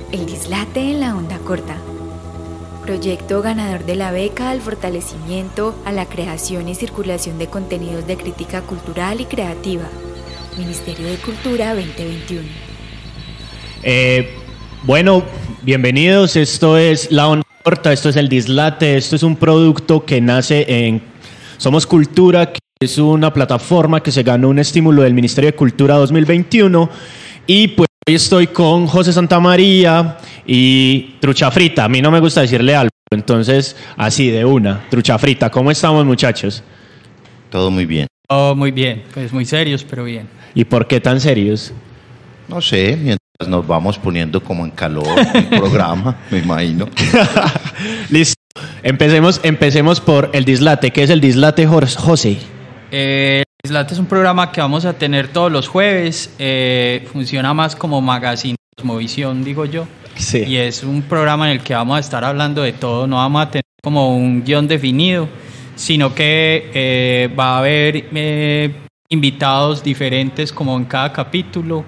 El dislate en la onda corta. Proyecto ganador de la beca al fortalecimiento a la creación y circulación de contenidos de crítica cultural y creativa. Ministerio de Cultura 2021. Bueno, bienvenidos. Esto es La Onda Corta, esto es El Dislate. Esto es un producto que nace en Somos Cultura, que es una plataforma que se ganó un estímulo del Ministerio de Cultura 2021. Y pues hoy estoy con José Santamaría y Trucha Frita. A mí no me gusta decirle algo, entonces así de una. Trucha Frita, ¿cómo estamos, muchachos? Todo muy bien. Oh, muy bien, pues muy serios, pero bien. ¿Y por qué tan serios? No sé, mientras nos vamos poniendo como en calor el programa, me imagino. Listo. Empecemos por El Dislate. ¿Qué es El Dislate, José? El Dislate es un programa que vamos a tener todos los jueves. Funciona más como magazine Cosmovisión, digo yo. Sí. Y es un programa en el que vamos a estar hablando de todo. No vamos a tener como un guión definido, sino que va a haber invitados diferentes como en cada capítulo.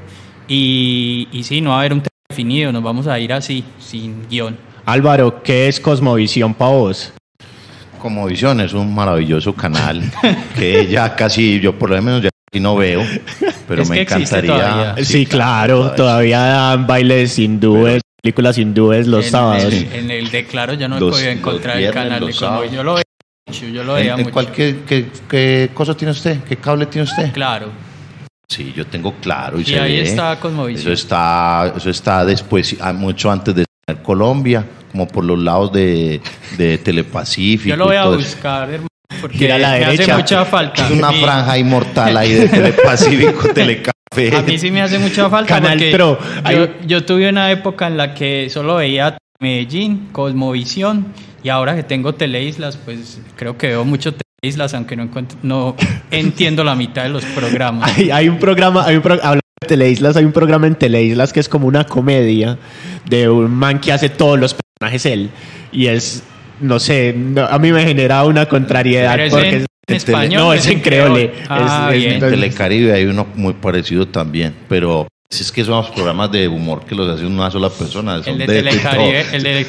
Y sí, no va a haber un tema definido. Nos vamos a ir así, sin guión. Álvaro, ¿qué es Cosmovisión para vos? Cosmovisión es un maravilloso canal que ya casi, yo por lo menos ya casi no veo, pero es me que existe encantaría. todavía. Sí, claro, todavía dan bailes hindúes, películas hindúes los sábados. En el de Claro yo no he podido encontrar el canal de Cosmovisión. Yo lo veía mucho, yo lo veía mucho. ¿Qué cosa tiene usted? ¿Qué cable tiene usted? Claro. Sí, yo tengo Claro y Y se ahí ve. está Cosmovisión. Eso está después, mucho antes de tener Colombia, como por los lados de Telepacífico. Yo lo voy a y todo eso. buscar, hermano, porque Gira a la me derecha. hace mucha falta. Es una franja inmortal ahí de Telepacífico, Telecafé. A mí sí me hace mucha falta Canal porque Pro. yo tuve una época en la que solo veía Medellín, Cosmovisión, y ahora que tengo Teleislas, pues creo que veo mucho Teleislas, aunque no entiendo la mitad de los programas. Hay un programa, hablando de Teleislas, hay un programa en Teleislas que es como una comedia de un man que hace todos los personajes él. Y es, no sé, a mí me genera una contrariedad. Pero es porque en español. no, es en creole. Bien. En Telecaribe hay uno muy parecido también, pero si es que son los programas de humor que los hace una sola persona. El de Telecaribe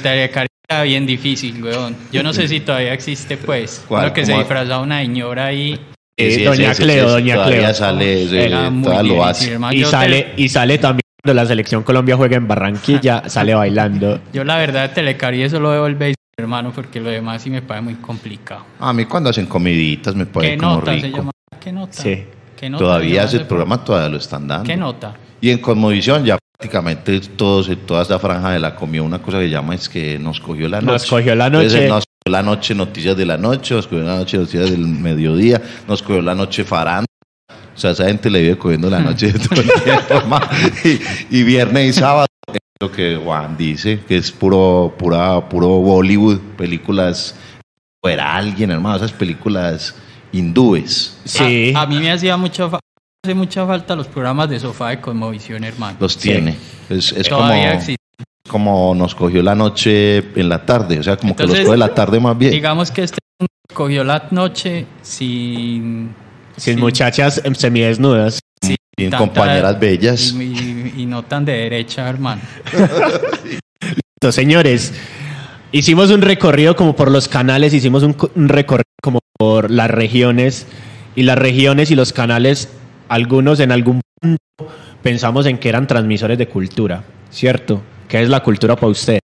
era bien difícil, weón. Yo no sé si todavía existe, pues. ¿Cuál? Lo que se ¿Cómo? disfrazaba una señora ahí. Doña Cleo. Todavía sale, Era muy toda lo difícil, hace. hermano. Y sale también cuando la selección Colombia juega en Barranquilla, sale bailando. Yo la verdad de Telecaribe solo veo el béisbol, hermano, porque lo demás sí me parece muy complicado. A mí cuando hacen comiditas me ¿Qué parece como nota se rico. llama? ¿Qué nota? Sí. ¿Qué nota Todavía se llama ese ese programa todavía lo están dando. ¿Qué nota? Y en Cosmovisión ya prácticamente toda esta franja de la comida, una cosa que llama es que nos cogió la noche. Nos cogió la noche. Entonces, nos cogió la noche noticias de la noche, nos cogió la noche noticias del mediodía, nos cogió la noche faranda. O sea, esa gente le vive cogiendo la noche todo el tiempo, y viernes y sábado, es lo que Juan dice, que es puro Bollywood, películas, fuera alguien, hermano, esas películas hindúes. Sí. A mí me hace mucha falta los programas de sofá de Cosmovisión, hermano. Los tiene. Es Todavía como, existe. como nos cogió la noche en la tarde, o sea, como Entonces, que los coge la tarde más bien. Digamos que este cogió la noche sin Muchachas semidesnudas. sin Sin tanta- compañeras bellas. y no tan de derecha, hermano. Entonces, señores, hicimos un recorrido como por los canales, hicimos un recorrido como por las regiones y los canales, algunos en algún punto pensamos en que eran transmisores de cultura, ¿cierto? ¿Qué es la cultura para ustedes?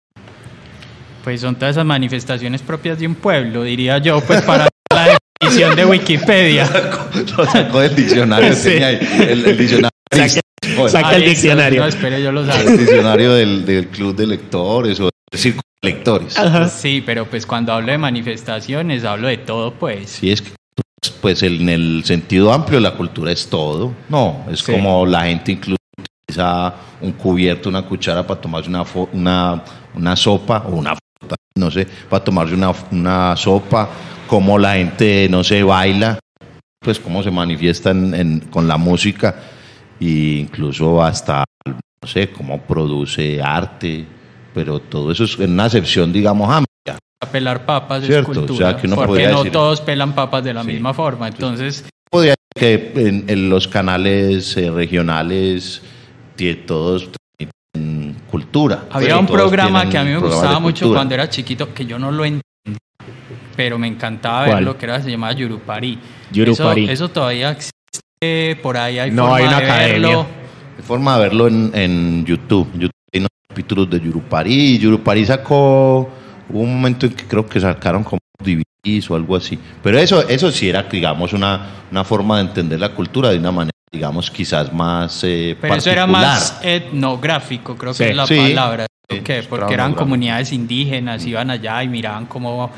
Pues son todas esas manifestaciones propias de un pueblo, diría yo, pues para la definición de Wikipedia. Lo sacó del diccionario. Sí. Tenía ahí el diccionario. Saca el diccionario. No, espere, yo lo El saco. diccionario del club de lectores o del círculo de lectores. Sí, pero pues cuando hablo de manifestaciones, hablo de todo, pues. Sí, es que pues en el sentido amplio la cultura es todo. No, es Sí. como la gente incluso utiliza un cubierto, una cuchara para tomarse una sopa o una fruta, no sé, para tomarse una sopa, como la gente, no sé, baila, pues cómo se manifiesta con la música e incluso hasta, no sé, cómo produce arte, pero todo eso es en una acepción, digamos, amplia. A pelar papas Cierto, es cultura, o sea, que uno porque podría no decir- todos pelan papas de la Sí. misma forma, entonces Podría decir que en los canales regionales todos transmiten cultura. Había un Todos programa tienen que a mí me programas gustaba de mucho cultura. cuando era chiquito, que yo no lo entendía, pero me encantaba ¿Cuál? verlo, se llamaba Yurupari. Yurupari. Eso todavía existe, por ahí hay No, forma hay una de academia. verlo. Hay forma de verlo en YouTube. YouTube hay unos capítulos de Yurupari. Yurupari hubo un momento en que creo que sacaron como DVDs o algo así. Pero eso sí era, digamos, una forma de entender la cultura de una manera, digamos, quizás más Pero particular. eso era más etnográfico, creo Sí. que es la Sí. palabra. Sí, ¿Por qué? es Porque eran etnográfico. comunidades indígenas, iban allá y miraban cómo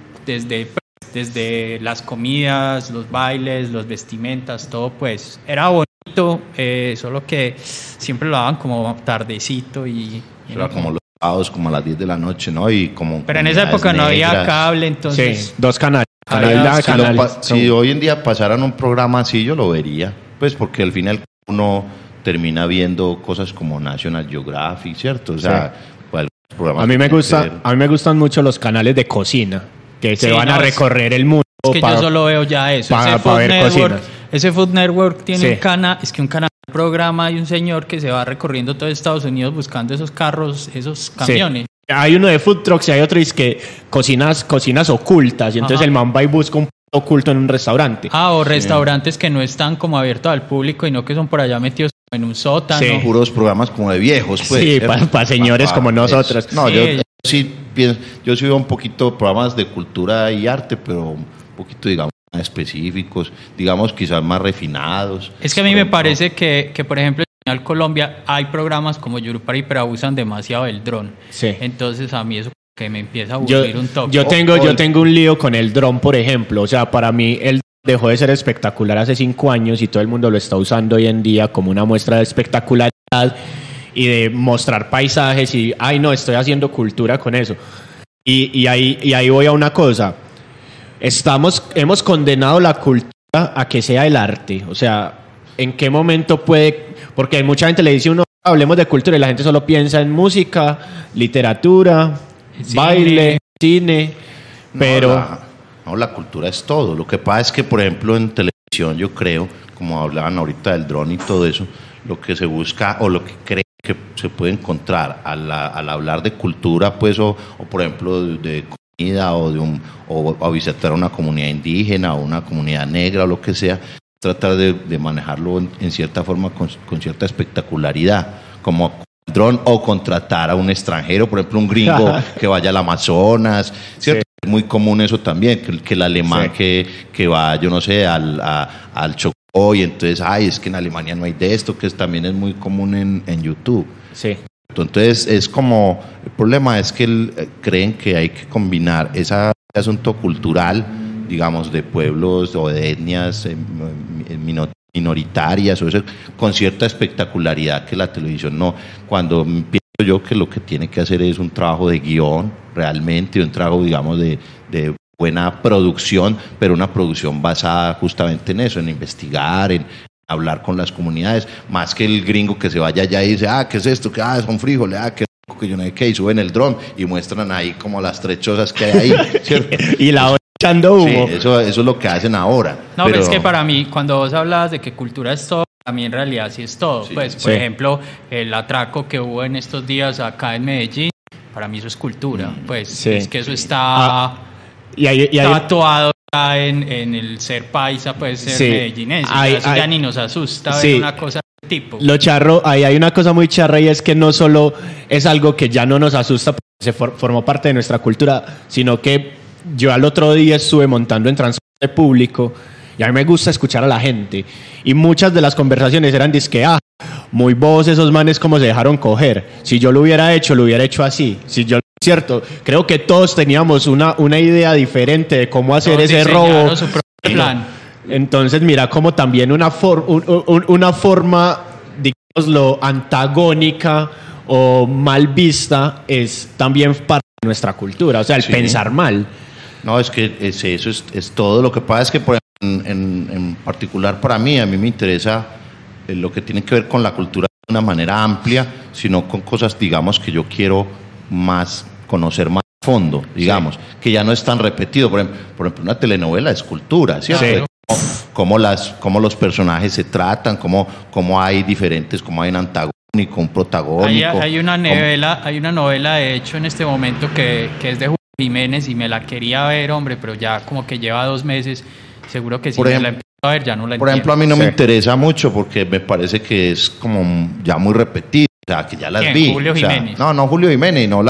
desde las comidas, los bailes, los vestimentas, todo pues era bonito, solo que siempre lo daban como tardecito y Era como los sábados, como a las 10 de la noche, ¿no? Y como pero en esa comunidades época no había negras. cable, entonces Sí, 2 canales. Había Canal A, dos Si, canal si hoy en día pasaran un programa así, yo lo vería. Pues porque al final uno termina viendo cosas como National Geographic, ¿cierto? O sea, pues, programas A mí me que gusta, tienen que a mí me gustan mucho los canales de cocina, que se Sí, van no, a recorrer el mundo. es que yo solo veo ya eso. pa- Ese pa ver cocinas. Ese Food Network tiene Sí. un programa y un señor que se va recorriendo todo Estados Unidos buscando esos carros, esos camiones. Hay uno de food trucks y hay otro es que cocinas ocultas y entonces Ajá. el man va y busca un oculto en un restaurante. O restaurantes que no están como abiertos al público y no que son por allá metidos en un sótano. Sí. puros programas como de viejos, pues. Sí, ¿cierto? pa señores como eso. nosotros. No, Sí. yo sí pienso, yo sí veo un poquito programas de cultura y arte, pero un poquito, digamos, más específicos, digamos, quizás más refinados. Es que a mí Por me ejemplo, parece que, por ejemplo, en Señal Colombia hay programas como Yurupari, pero abusan demasiado del dron. Sí. Entonces a mí eso que me empieza a Yo, aburrir un toque. yo tengo un lío con el dron, por ejemplo. O sea, para mí el dejó de ser espectacular hace 5 años y todo el mundo lo está usando hoy en día como una muestra de espectacularidad y de mostrar paisajes y, ay no, estoy haciendo cultura con eso. Y ahí voy a una cosa. Hemos condenado la cultura a que sea el arte. O sea, ¿en qué momento puede...? Porque mucha gente le dice a uno, hablemos de cultura y la gente solo piensa en música, literatura, Cine. baile, cine, pero... La cultura es todo. Lo que pasa es que, por ejemplo, en televisión, yo creo, como hablaban ahorita del dron y todo eso, lo que se busca o lo que cree que se puede encontrar al hablar de cultura, pues, o por ejemplo, de comida o visitar una comunidad indígena o una comunidad negra o lo que sea, tratar de manejarlo en cierta forma con cierta espectacularidad, como el dron o contratar a un extranjero, por ejemplo, un gringo que vaya al Amazonas, ¿cierto? Sí. Es muy común eso también, que el alemán Sí. que va, yo no sé, al Chocó y entonces, es que en Alemania no hay de esto, que también es muy común en YouTube. Sí. Entonces es como, el problema es que creen que hay que combinar ese asunto cultural, digamos, de pueblos o de etnias minoritarias o eso, con cierta espectacularidad que la televisión no. Cuando pienso yo que lo que tiene que hacer es un trabajo de guión realmente, un trabajo, digamos, de buena producción, pero una producción basada justamente en eso, en investigar, en hablar con las comunidades, más que el gringo que se vaya allá y dice, ¿qué es esto? Que son frijoles, qué rico, que yo no sé qué, y suben el dron y muestran ahí como las 3 chozas que hay ahí, ¿cierto? Y la otra echando Sí, humo. eso es lo que hacen ahora. No, pero es que para mí, cuando vos hablabas de que cultura es todo, a mí en realidad sí es todo. Sí. Pues, por Sí. ejemplo, el atraco que hubo en estos días acá en Medellín, para mí eso es cultura. Pues Sí. es que eso está Y hay tatuado ya en el ser paisa, pues ser Sí. medellinense. Hay- Eso ya hay- ni nos asusta ver Sí. una cosa de tipo. lo charro, ahí hay una cosa muy charra y es que no solo es algo que ya no nos asusta porque se formó parte de nuestra cultura, sino que yo al otro día estuve montando en transporte público y a mí me gusta escuchar a la gente y muchas de las conversaciones eran dizque, muy bobos esos manes como se dejaron coger. Si yo lo hubiera hecho así. Si yo, cierto, creo que todos teníamos una idea diferente de cómo hacer Todos ese diseñaron robo. su propio plan. Entonces, mira, como también una forma, digámoslo, antagónica o mal vista es también parte de nuestra cultura, o sea, el Sí. pensar mal. No, es que eso es todo. Lo que pasa es que, por ejemplo, en particular para mí, a mí me interesa lo que tiene que ver con la cultura de una manera amplia, sino con cosas, digamos, que yo quiero más conocer más a fondo, digamos, que ya no es tan repetido. Por ejemplo, una telenovela es cultura, ¿cierto? Sí. De cómo los personajes se tratan, cómo hay diferentes, cómo hay un antagonista, un protagónico. Hay una novela de hecho en este momento que es de Julio Jiménez y me la quería ver, hombre, pero ya como que lleva 2 meses. Seguro que si me la empiezo a ver ya no la entiendo. Por ejemplo, a mí no me interesa mucho porque me parece que es como ya muy repetido. O sea, que ya las vi. Julio Jiménez. No Julio Jiménez, no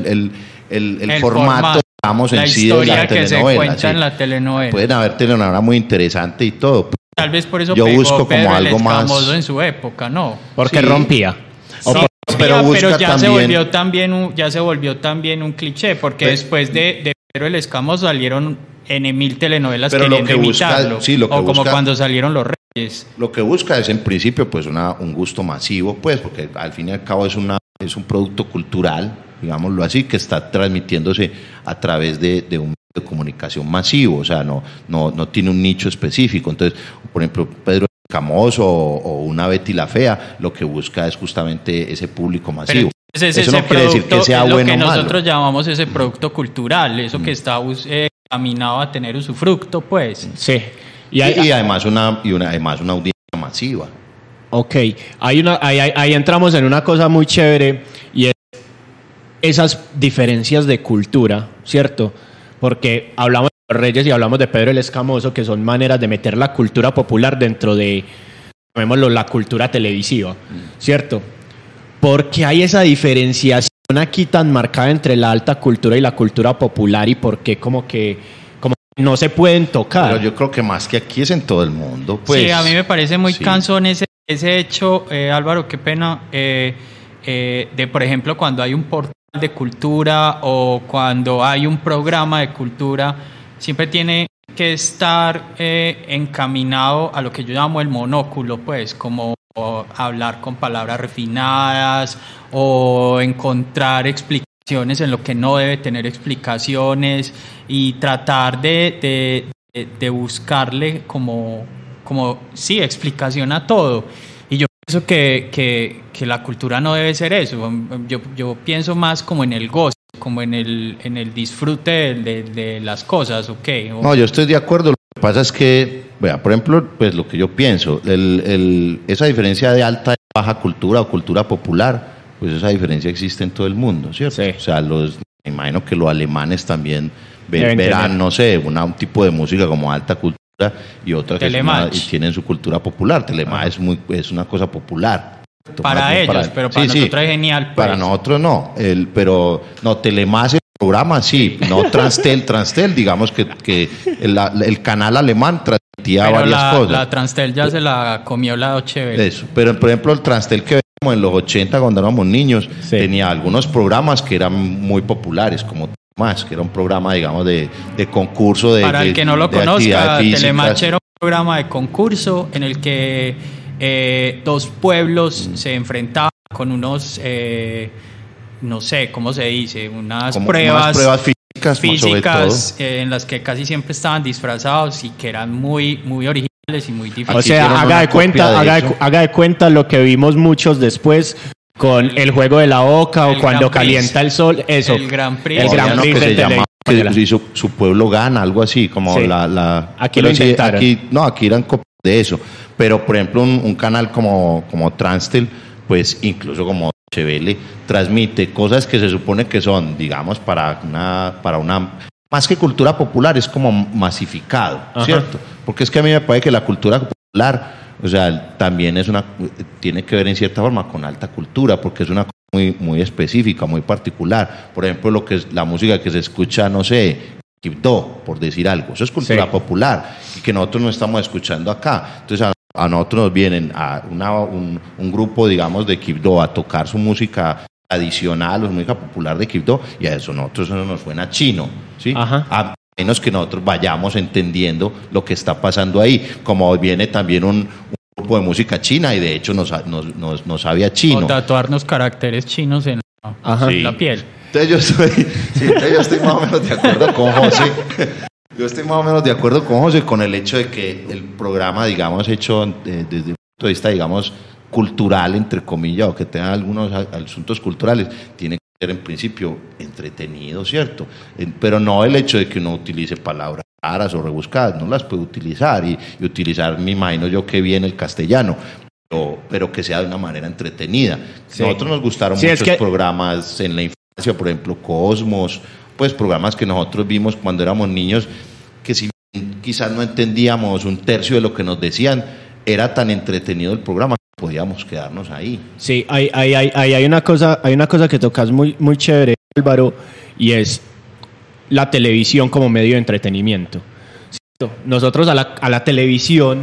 el formato, digamos, en sí de la telenovela. La historia que se cuenta en la telenovela. Pueden haber telenovelas muy interesantes y todo. Tal vez por eso yo busco Pedro como algo más en su época, ¿no? Porque rompía. Pero ya se volvió también un cliché, porque después de Pedro el Escamoso salieron en 1000 telenovelas que queriendo imitarlo. Como cuando salieron Los Reyes. Lo que busca es en principio pues un gusto masivo, pues, porque al fin y al cabo es un producto cultural, digámoslo así, que está transmitiéndose a través de un medio de comunicación masivo, o sea, no tiene un nicho específico. Entonces, por ejemplo, Pedro Escamoso o una Betty la Fea, lo que busca es justamente ese público masivo. Eso no quiere decir que sea bueno o malo. Lo que nosotros llamamos ese producto cultural, eso que está caminado a tener usufructo, pues. Sí. Y además además una audiencia masiva. Ok, ahí entramos en una cosa muy chévere y es esas diferencias de cultura, ¿cierto? Porque hablamos de Los Reyes y hablamos de Pedro el Escamoso, que son maneras de meter la cultura popular dentro de, llamémoslo, la cultura televisiva, ¿cierto? Porque hay esa diferenciación aquí tan marcada entre la alta cultura y la cultura popular, y por qué como no se pueden tocar. Pero yo creo que más que aquí es en todo el mundo, pues. Sí, a mí me parece muy cansón ese hecho, Álvaro, qué pena, de por ejemplo cuando hay un portal de cultura o cuando hay un programa de cultura, siempre tiene que estar encaminado a lo que yo llamo el monóculo, pues, como hablar con palabras refinadas o encontrar explicaciones en lo que no debe tener explicaciones y tratar de buscarle como sí, explicación a todo. Y yo pienso que la cultura no debe ser eso. Yo pienso más como en el goce, como en el disfrute de las cosas, ¿ok? No, yo estoy de acuerdo. Lo que pasa es que, vea, por ejemplo, pues lo que yo pienso, esa diferencia de alta y baja cultura o cultura popular, pues esa diferencia existe en todo el mundo, ¿cierto? Sí. O sea, me imagino que los alemanes también verán, no sé, un tipo de música como alta cultura y otra que y tienen su cultura popular. Telemach es una cosa popular. Para ellos, pero para nosotros es genial. Pues. Para nosotros no. Pero no, Telemach el programa sí, no Transtel, digamos que el canal alemán transmitía pero varias cosas. La Transtel ya se la comió la Deutsche Welle. Eso, pero por ejemplo el Transtel que veíamos en los 80 cuando éramos niños, tenía algunos programas que eran muy populares, como Telemach, que era un programa, digamos, de concurso de Para el que no lo conozca, Telemach era un programa de concurso en el que 2 pueblos se enfrentaban con unos, no sé, ¿cómo se dice? Unas pruebas físicas en las que casi siempre estaban disfrazados y que eran muy, muy originales y muy difíciles. O sea, haga de cuenta lo que vimos muchos después con el juego de la oca o cuando calienta el sol, eso. El Grand Prix. El Grand Prix se llama que su pueblo gana, algo así, como Aquí lo intentaron. Aquí eran copias de eso. Pero, por ejemplo, un canal como Transtel, pues incluso como Deutsche Welle, transmite cosas que se supone que son, digamos, para una más que cultura popular, es como masificado, ¿cierto? Porque es que a mí me parece que la cultura popular, o sea, también tiene que ver en cierta forma con alta cultura, porque es una cosa muy, muy específica, muy particular. Por ejemplo, lo que es la música que se escucha, no sé, Quibdó, por decir algo, eso es cultura popular y que nosotros no estamos escuchando acá. Entonces a nosotros nos vienen un grupo, digamos, de Quibdó a tocar su música tradicional, su música popular de Quibdó, y a nosotros eso nos suena chino, ¿sí? A menos que nosotros vayamos entendiendo lo que está pasando ahí, como viene también un grupo de música china y de hecho nos sabía chino. O tatuarnos caracteres chinos en la piel. Entonces yo estoy más o menos de acuerdo con José. Yo estoy más o menos de acuerdo con José con el hecho de que el programa, digamos, hecho desde un punto de vista, digamos, cultural, entre comillas, o que tenga algunos asuntos culturales, tiene que ser en principio entretenido, ¿cierto? Pero no el hecho de que uno utilice palabras raras o rebuscadas, no las puede utilizar y utilizar, me imagino yo, que bien el castellano. pero que sea de una manera entretenida. Sí. Nosotros nos gustaron Sí, muchos es que- programas en la infancia, por ejemplo, Cosmos, pues programas que nosotros vimos cuando éramos niños, que si bien quizás no entendíamos un tercio de lo que nos decían, era tan entretenido el programa que podíamos quedarnos ahí. Sí, hay una cosa que tocas muy, muy chévere, Álvaro, y es la televisión como medio de entretenimiento. ¿Cierto? Nosotros a la televisión,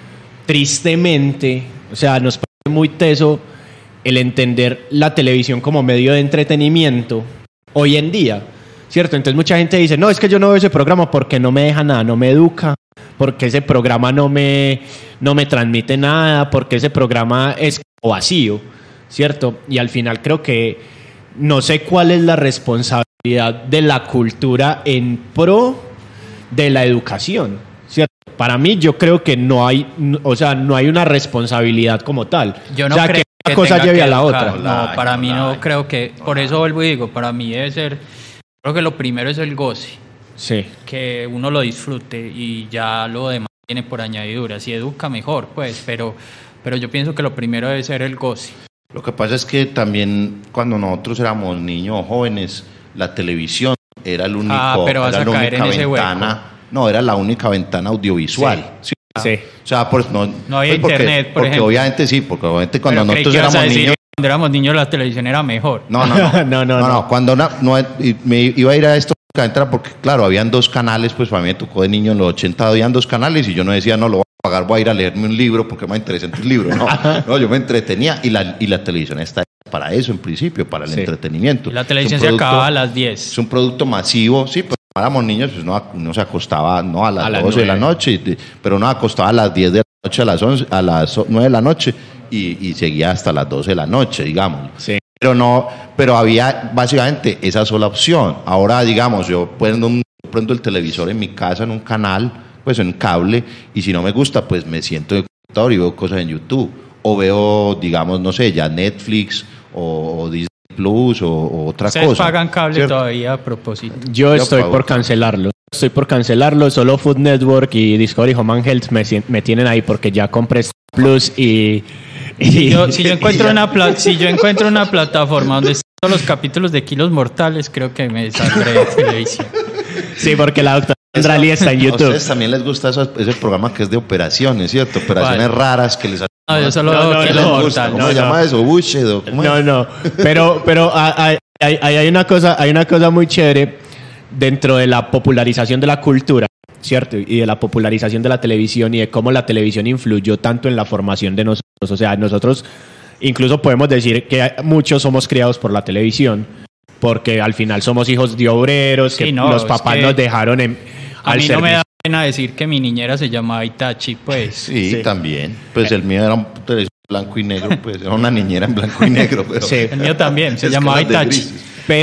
tristemente, o sea, nos parece muy teso el entender la televisión como medio de entretenimiento hoy en día, ¿cierto? Entonces mucha gente dice, no, es que yo no veo ese programa porque no me deja nada, no me educa, porque ese programa no me transmite nada, porque ese programa es vacío, ¿cierto? Y al final creo que no sé cuál es la responsabilidad de la cultura en pro de la educación, ¿cierto? Para mí yo creo que no hay una responsabilidad como tal. Yo no o sea, creo que una que cosa tenga lleve que a la educar. otra. No, para mí no creo que... Por eso vuelvo y digo, para mí debe ser... Creo que lo primero es el goce, Sí. que uno lo disfrute y ya lo demás viene por añadidura. Si educa, mejor, pues, pero yo pienso que lo primero debe ser el goce. Lo que pasa es que también cuando nosotros éramos niños o jóvenes, la televisión era el único, pero vas era a la caer única en ese ventana, hueco. no, era la única ventana audiovisual. Sí. ¿Sí? Sí. O sea, pues no había pues porque- internet, por porque ejemplo. obviamente sí, porque obviamente cuando Pero creí nosotros que ibas a éramos decir niños, que cuando éramos niños la televisión era mejor. no, No. cuando me iba a ir a esto era porque claro, habían dos canales, pues para mí me tocó de niño en los 80 habían dos canales y yo no decía, no, lo voy a pagar, voy a ir a leerme un libro porque me interesante el libro, no, yo me entretenía y la televisión está para eso en principio, para el Sí. entretenimiento. Y la televisión Es se un producto- acababa a las 10. Es un producto masivo, sí, pues cuando éramos niños, pues no se acostaba no a las A las 12 de la 9. noche, pero no acostaba a las 10 de la noche, a las 11, a las 9 de la noche y seguía hasta las 12 de la noche, digamos. Sí. Pero había básicamente esa sola opción. Ahora, digamos, yo prendo el televisor en mi casa en un canal, pues en cable, y si no me gusta, pues me siento en el computador y veo cosas en YouTube. O veo, digamos, no sé, ya Netflix o Disney Plus o otra Ustedes cosa. pagan cable ¿cierto? todavía a propósito. Yo estoy pago. por cancelarlo. Solo Food Network y Discovery Home and Health me tienen ahí porque ya compré Star Plus y Si yo encuentro una plataforma donde están todos los capítulos de Kilos Mortales, creo que me saldré de televisión. sí, porque la doctora Andrali está en A YouTube. ustedes también les gusta ese programa que es de operaciones, ¿cierto? Operaciones ¿Cuál? raras que les hacen. No, yo solo No, veo no, Kilos no, Mortales. ¿Cómo se llama eso? Bushed, ¿cómo es? No, pero hay una cosa muy chévere dentro de la popularización de la cultura, ¿cierto? Y de la popularización de la televisión y de cómo la televisión influyó tanto en la formación de nosotros. O sea, nosotros incluso podemos decir que muchos somos criados por la televisión, porque al final somos hijos de obreros, Sí, que no, los es papás que nos dejaron A al mí no me servicio. da pena decir que mi niñera se llamaba Itachi, pues. Sí, Sí. también. Pues el mío era un televisor blanco y negro, pues era una niñera en blanco y negro. Pero Sí. El mío también, se Es llamaba que los de Itachi. grises.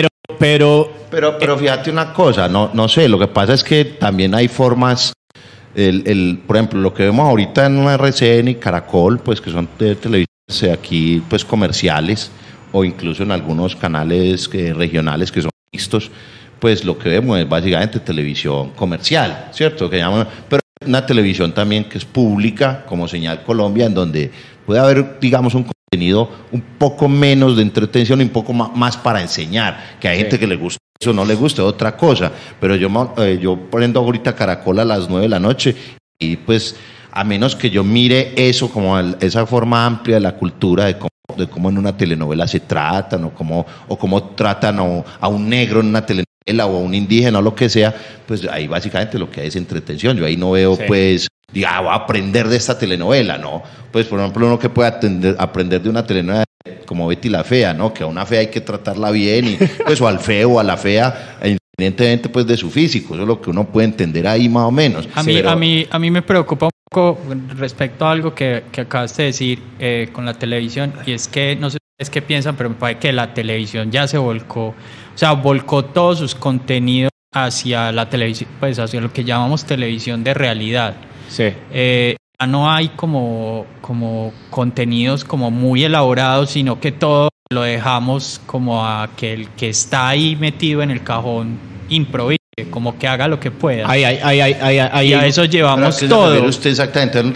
Pero Pero fíjate una cosa, no sé, lo que pasa es que también hay formas, por ejemplo, lo que vemos ahorita en RCN y Caracol, pues que son de televisiones aquí, pues comerciales, o incluso en algunos canales regionales que son mixtos, pues lo que vemos es básicamente televisión comercial, ¿cierto? Que llaman, pero una televisión también que es pública, como Señal Colombia, en donde puede haber, digamos, un contenido un poco menos de entretención y un poco más para enseñar, que hay gente que le gusta eso, no le gusta, otra cosa, pero yo prendo ahorita Caracol a las 9 de la noche y pues a menos que yo mire eso como esa forma amplia de la cultura de cómo en una telenovela se tratan o cómo tratan a un negro en una telenovela o a un indígena o lo que sea, pues ahí básicamente lo que hay es entretención. Yo ahí no veo pues, voy a aprender de esta telenovela, ¿no? Pues por ejemplo uno que puede aprender de una telenovela como Betty la Fea, ¿no? Que a una fea hay que tratarla bien y pues o al feo o a la fea independientemente pues de su físico, eso es lo que uno puede entender ahí más o menos. A mí me preocupa un poco respecto a algo que acabaste de decir con la televisión, y es que no sé ustedes qué piensan, pero me parece que la televisión ya se volcó todos sus contenidos hacia la televisión, pues hacia lo que llamamos televisión de realidad. sí. Ya no hay como contenidos como muy elaborados, sino que todo lo dejamos como a que el que está ahí metido en el cajón improvise, como que haga lo que pueda. Y a eso llevamos ¿Pero a qué se refiere todo. usted exactamente? ¿En reality?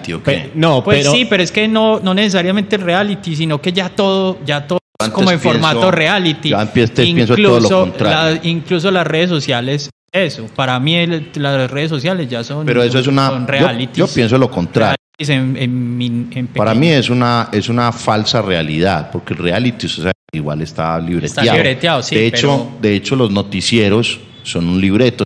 reality, ¿o qué? No, Pues pero sí, pero es que no necesariamente reality, sino que ya todo es Antes como en pienso- formato reality. yo antes pienso todo lo contrario. Incluso las redes sociales, eso. Para mí las redes sociales ya son, Pero eso es son realities. yo pienso lo contrario. En Para pequeño. mí es una falsa realidad, porque el reality, o sea, igual está libreteado. Está libreteado, sí, De hecho, los noticieros son un libreto.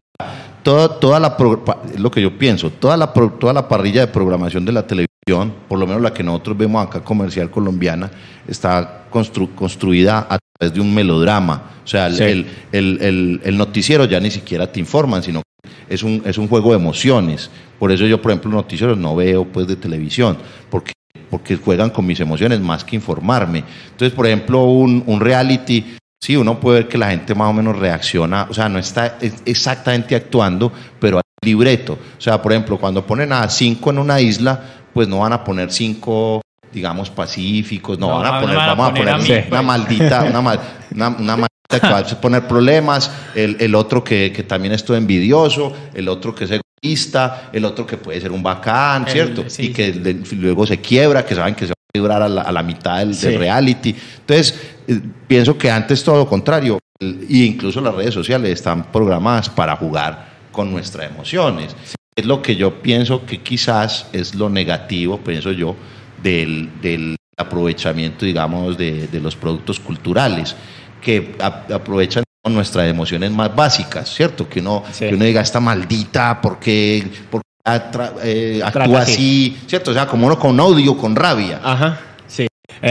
Es lo que yo pienso, toda la parrilla de programación de la televisión, por lo menos la que nosotros vemos acá, comercial colombiana, está construida a través de un melodrama. O sea, Sí. el noticiero ya ni siquiera te informan, sino que es un juego de emociones. Por eso yo, por ejemplo, noticieros no veo pues de televisión, porque juegan con mis emociones más que informarme. Entonces, por ejemplo, un reality, sí, uno puede ver que la gente más o menos reacciona, o sea, no está exactamente actuando, pero hay libreto. O sea, por ejemplo, cuando ponen a 5 en una isla, pues no van a poner 5, digamos, pacíficos, No, vamos a a poner mí, una pues. maldita, una maldita que va a poner problemas, el otro que también es todo envidioso, el otro que es egoísta, el otro que puede ser un bacán, ¿cierto? Sí, Y que luego se quiebra, que saben que se va a quebrar a la mitad del reality. Entonces, pienso que antes todo lo contrario, y incluso las redes sociales están programadas para jugar con nuestras emociones. Es lo que yo pienso que quizás es lo negativo, pienso yo, del aprovechamiento, digamos, de los productos culturales, que aprovechan nuestras emociones más básicas, ¿cierto? Que uno diga, esta maldita, ¿por qué actúa así? ¿Cierto? O sea, como uno con odio, con rabia. Ajá, sí.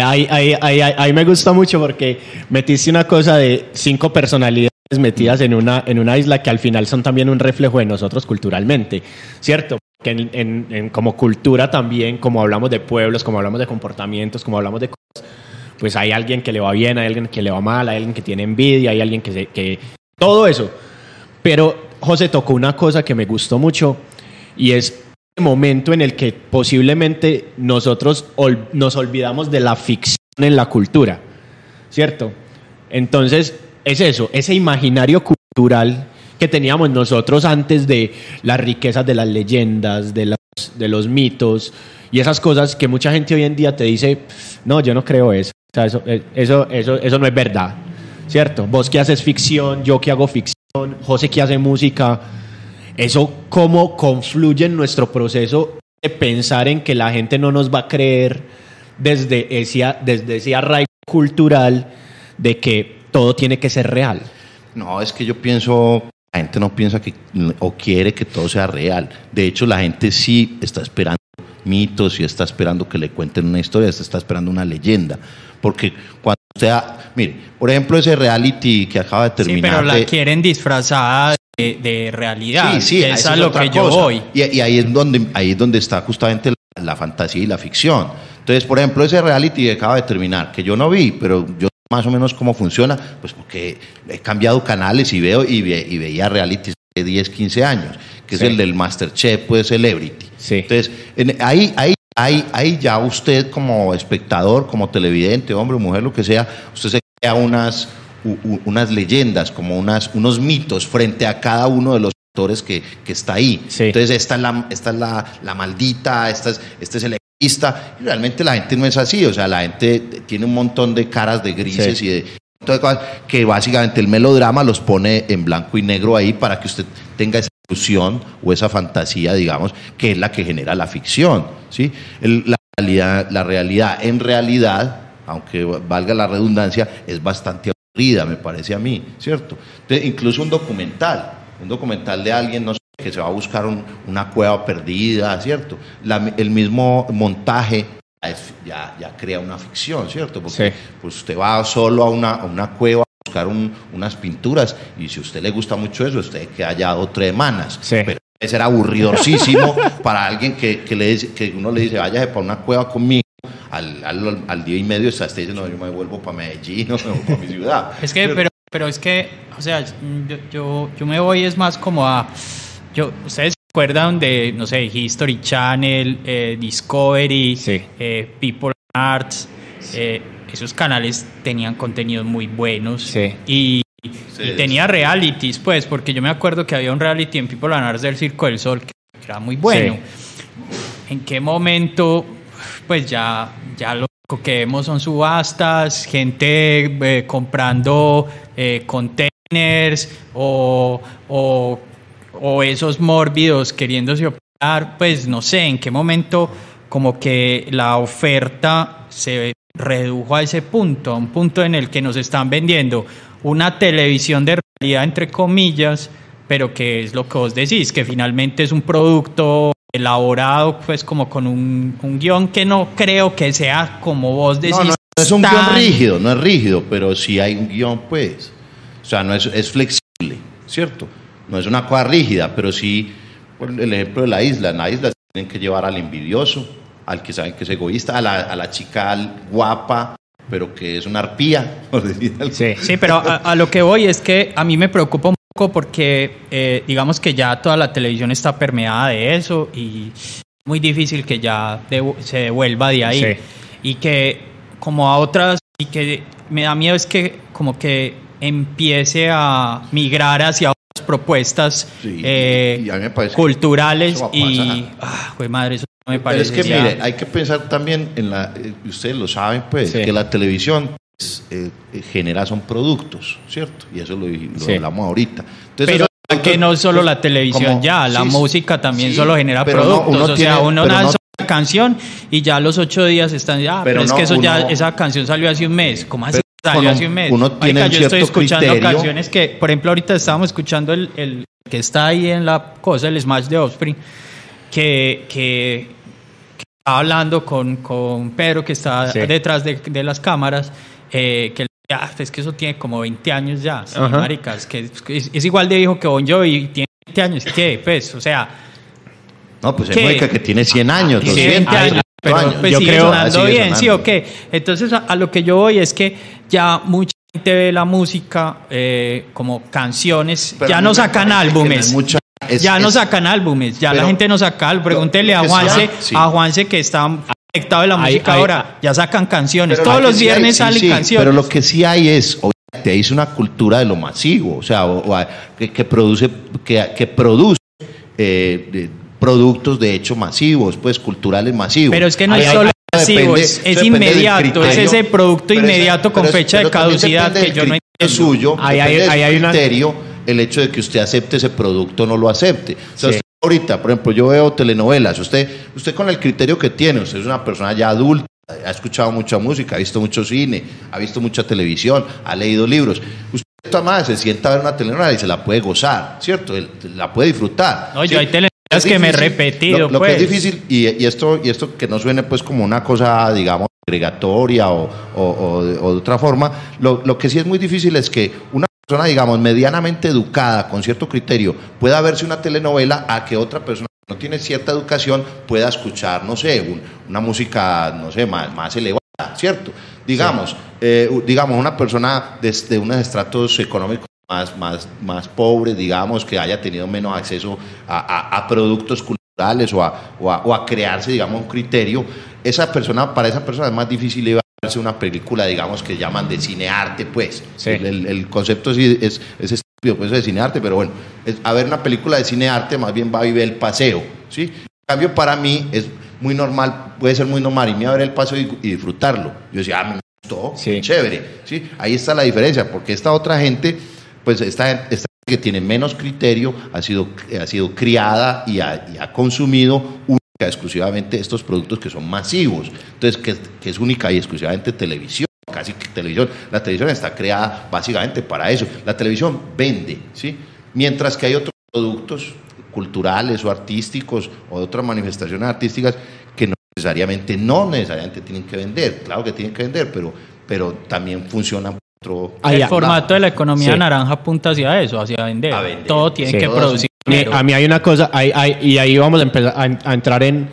Ahí me gusta mucho porque metiste una cosa de 5 personalidades metidas en una isla que al final son también un reflejo de nosotros culturalmente, ¿cierto? Que como cultura también, como hablamos de pueblos, como hablamos de comportamientos, como hablamos de cosas, pues hay alguien que le va bien, hay alguien que le va mal, hay alguien que tiene envidia, hay alguien que todo eso. Pero José tocó una cosa que me gustó mucho y es el momento en el que posiblemente nosotros nos olvidamos de la ficción en la cultura, ¿cierto? Entonces es eso, ese imaginario cultural que teníamos nosotros antes de las riquezas de las leyendas, de los mitos y esas cosas que mucha gente hoy en día te dice, no, yo no creo eso. O sea, eso no es verdad, ¿cierto? Vos que haces ficción, yo que hago ficción, José que hace música, eso cómo confluye en nuestro proceso de pensar en que la gente no nos va a creer desde ese arraigo cultural de que todo tiene que ser real. No, es que yo pienso, la gente no piensa o quiere que todo sea real. De hecho, la gente sí está esperando mitos y está esperando que le cuenten una historia, está esperando una leyenda. Porque cuando mire, por ejemplo, ese reality que acaba de terminar. Sí, pero la quieren disfrazada de realidad. Sí, es a lo que yo voy. Y ahí es donde está justamente la fantasía y la ficción. Entonces, por ejemplo, ese reality que acaba de terminar, que yo no vi, pero yo más o menos cómo funciona, pues porque he cambiado canales y veía realities de 10, 15 años, que es el del MasterChef, pues Celebrity. Sí. Entonces, ahí ya usted como espectador, como televidente, hombre o mujer, lo que sea, usted se crea unas leyendas, como unos mitos frente a cada uno de los actores que está ahí. Sí. Entonces, esta es la maldita, este es el egoísta, y realmente la gente no es así, o sea, la gente tiene un montón de caras de grises y de cosas que básicamente el melodrama los pone en blanco y negro ahí para que usted tenga esa ilusión o esa fantasía, digamos, que es la que genera la ficción, ¿sí? La realidad, en realidad, aunque valga la redundancia, es bastante aburrida, me parece a mí, ¿cierto? Entonces, incluso un documental de alguien, no sé, que se va a buscar una cueva perdida, ¿cierto? El mismo montaje ya crea una ficción, ¿cierto? Porque pues usted va solo a una cueva a buscar unas pinturas y si a usted le gusta mucho eso, usted queda allá 2 o 3 semanas. Sí. Pero debe ser aburridorcísimo para alguien que uno le dice, váyase para una cueva conmigo. Al día y medio está usted diciendo, no, yo me vuelvo para Medellín, no me vuelvo para mi ciudad. Es que, pero es que, o sea, yo me voy es más como ustedes se acuerdan de, no sé, History Channel, Discovery, People Arts, esos canales tenían contenidos muy buenos y tenía realities, pues, porque yo me acuerdo que había un reality en People Arts del Circo del Sol que era muy bueno. en qué momento, pues ya lo que vemos son subastas, gente comprando containers o esos mórbidos queriéndose operar, pues no sé en qué momento como que la oferta se redujo a ese punto, a un punto en el que nos están vendiendo una televisión de realidad, entre comillas, pero que es lo que vos decís, que finalmente es un producto elaborado pues como con un guión que no creo que sea como vos decís. No es un guión rígido, no es rígido, pero sí hay un guión pues, o sea, no es flexible, ¿cierto? No es una cosa rígida, pero sí, por el ejemplo de la isla, en la isla tienen que llevar al envidioso, al que saben que es egoísta, a la chica guapa, pero que es una arpía, por decir algo. Sí, pero a lo que voy es que a mí me preocupa un poco porque digamos que ya toda la televisión está permeada de eso y es muy difícil que ya se devuelva de ahí. Sí. Y que como a otras, y que me da miedo es que como que empiece a migrar hacia otras propuestas y a mí me parece culturales y güey madre, eso no me parece. Pero es que mire, hay que pensar también ustedes lo saben pues, que la televisión genera son productos, ¿cierto? Y eso lo hablamos ahorita. Entonces, pero que no solo la televisión la música también solo genera productos, uno nace una canción y ya a los 8 días están pero es que eso esa canción salió hace un mes, ¿cómo así salió hace un mes? Yo estoy escuchando canciones que, por ejemplo, ahorita estábamos escuchando el que está ahí en la cosa, el Smash de Offspring, que estaba hablando con Pedro, que está detrás de las cámaras, que es que eso tiene como 20 años ya, maricas, que es igual de viejo que Bon Jovi y tiene 20 años, ¿qué? Pues, o sea... No, pues hay música que tiene 100 años, 200 años. Pero pues sigue sonando bien, ¿sí o qué? Entonces, a lo que yo voy es que ya mucha gente ve la música como canciones, pero ya no sacan álbumes. No sacan álbumes, ya la gente no saca. Pregúntele a Juanse que está conectado de la música ahora, ya sacan canciones. Todos los viernes salen canciones. Pero lo que sí hay es, obviamente, es una cultura de lo masivo, o sea, que produce productos de hecho masivos, pues culturales masivos. Pero es que no es solo masivo, es inmediato, es ese producto inmediato con fecha de caducidad que yo no entiendo. Suyo, hay un criterio, el hecho de que usted acepte ese producto o no lo acepte. Entonces, ahorita, por ejemplo, yo veo telenovelas, usted con el criterio que tiene, usted es una persona ya adulta, ha escuchado mucha música, ha visto mucho cine, ha visto mucha televisión, ha leído libros. Usted además se sienta a ver una telenovela y se la puede gozar, ¿cierto? La puede disfrutar. No, yo hay telenovelas que me he repetido. Lo que es difícil, y esto que no suene pues como una cosa, digamos, agregatoria o de otra forma, lo que sí es muy difícil es que una persona, digamos, medianamente educada, con cierto criterio, pueda verse una telenovela a que otra persona que no tiene cierta educación pueda escuchar, no sé, una música, no sé, más elevada, ¿cierto? Digamos, una persona de unos estratos económicos más pobres, digamos, que haya tenido menos acceso a productos culturales o a crearse, digamos, un criterio, para esa persona es más difícil llevarse una película, digamos, que llaman de cinearte, pues. Sí. El concepto sí es estúpido, pues, de cinearte, pero bueno, a ver una película de cinearte más bien va a vivir el paseo, ¿sí? En cambio, para mí es muy normal, puede ser muy normal irme a ver el paseo y disfrutarlo. Yo decía, me gustó, chévere, ¿sí? Ahí está la diferencia, porque esta otra gente, pues esta que tiene menos criterio, ha sido criada y ha consumido exclusivamente estos productos que son masivos, entonces que es única y exclusivamente televisión, casi que televisión. La televisión está creada básicamente para eso. La televisión vende, ¿sí? Mientras que hay otros productos culturales o artísticos o de otras manifestaciones artísticas que no necesariamente tienen que vender. Claro que tienen que vender, pero también funcionan. El formato de la economía naranja apunta hacia eso, hacia vender. Todo tiene que producir. A mí hay una cosa, y ahí vamos a empezar a entrar en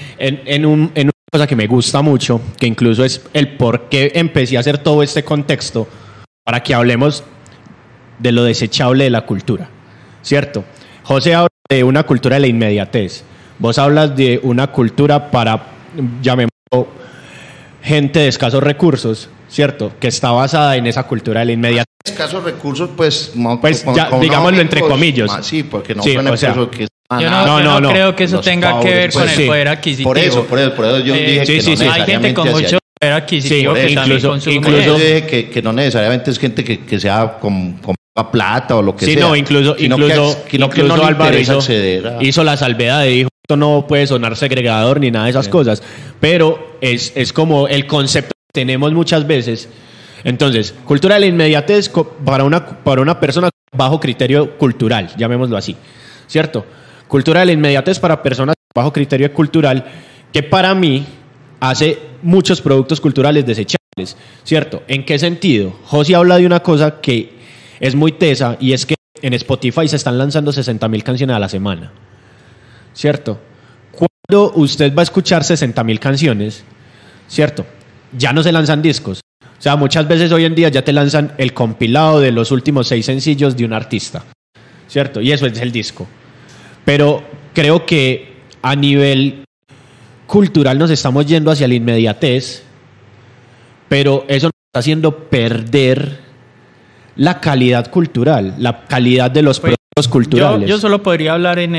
una cosa que me gusta mucho, que incluso es el por qué empecé a hacer todo este contexto, para que hablemos de lo desechable de la cultura, ¿cierto? José habla de una cultura de la inmediatez, vos hablas de una cultura para, llamémoslo, gente de escasos recursos, ¿cierto? Que está basada en esa cultura de la inmediatez. Escasos recursos, pues ya, digámoslo entre comillas. Sí, porque no son que Yo no creo que eso tenga que ver con el poder adquisitivo. Por eso yo dije que no necesariamente hay gente con mucho poder adquisitivo que también consume. Incluso yo dije que no necesariamente es gente que sea con plata o lo que sea. No, incluso no Álvaro hizo la salvedad de dijo, esto no puede sonar segregador ni nada de esas cosas, pero es como el concepto que tenemos muchas veces. Entonces, cultura de la inmediatez para una persona bajo criterio cultural, llamémoslo así, ¿cierto? Cultura de la inmediatez para personas bajo criterio cultural, que para mí hace muchos productos culturales desechables, ¿cierto? ¿En qué sentido? José habla de una cosa que es muy tesa, y es que en Spotify se están lanzando 60.000 canciones a la semana, ¿cierto? Cuando usted va a escuchar 60.000 canciones, ¿cierto? Ya no se lanzan discos. O sea, muchas veces hoy en día ya te lanzan el compilado de los últimos 6 sencillos de un artista, ¿cierto? Y eso es el disco. Pero creo que a nivel cultural nos estamos yendo hacia la inmediatez, pero eso nos está haciendo perder la calidad cultural, la calidad de los productos culturales. Yo solo podría hablar en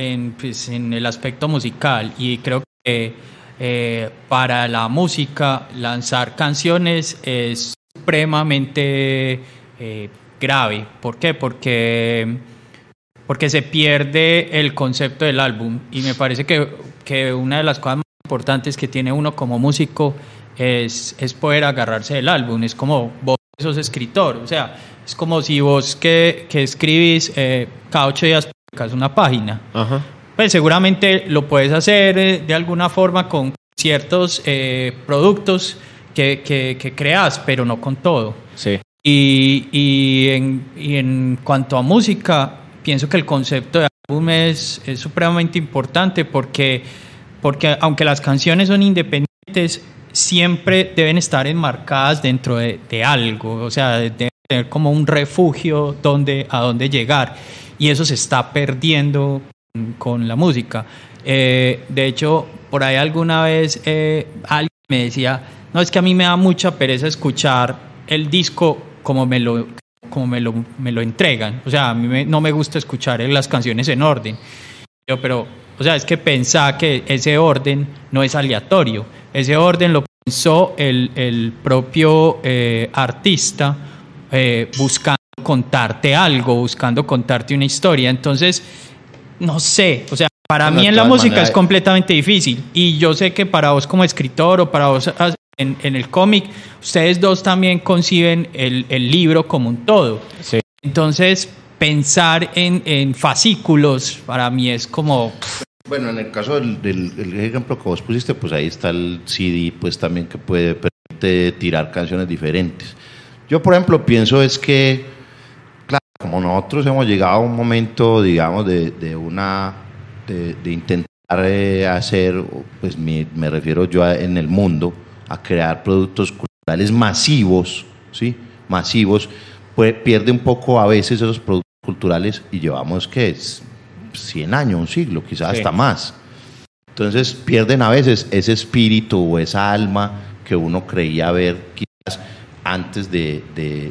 el aspecto musical, y creo que para la música lanzar canciones es supremamente grave. ¿Por qué? Porque se pierde el concepto del álbum, y me parece que una de las cosas más importantes que tiene uno como músico es poder agarrarse del álbum. Es como vos sos escritor, o sea, es como si vos que escribís cada 8 días publicas una página. Ajá. Pues seguramente lo puedes hacer de alguna forma con ciertos productos que creas, pero no con todo. Sí. Y en cuanto a música, pienso que el concepto de álbum es supremamente importante, porque aunque las canciones son independientes, siempre deben estar enmarcadas dentro de algo, o sea, deben tener como un refugio a donde llegar, y eso se está perdiendo con la música. De hecho, por ahí alguna vez alguien me decía, no, es que a mí me da mucha pereza escuchar el disco como me lo entregan, o sea, a mí no me gusta escuchar las canciones en orden. Pero, o sea, es que pensá que ese orden no es aleatorio, ese orden lo pensó el propio artista, buscando contarte algo, buscando contarte una historia. Entonces, no sé, o sea, para mí en la música es completamente difícil, y yo sé que para vos como escritor, o para vos en el cómic, ustedes dos también conciben el libro como un todo. Sí. Entonces, pensar en fascículos para mí es como... Bueno, en el caso del ejemplo que vos pusiste, pues ahí está el CD, pues también, que permite tirar canciones diferentes. Yo, por ejemplo, pienso es que, claro, como nosotros hemos llegado a un momento, digamos, de intentar hacer, pues me refiero yo en el mundo, a crear productos culturales masivos, ¿sí? Masivos, pues pierde un poco a veces esos productos culturales, y llevamos, ¿qué es? 100 años, un siglo, quizás hasta más. Entonces pierden a veces ese espíritu o esa alma que uno creía ver quizás antes de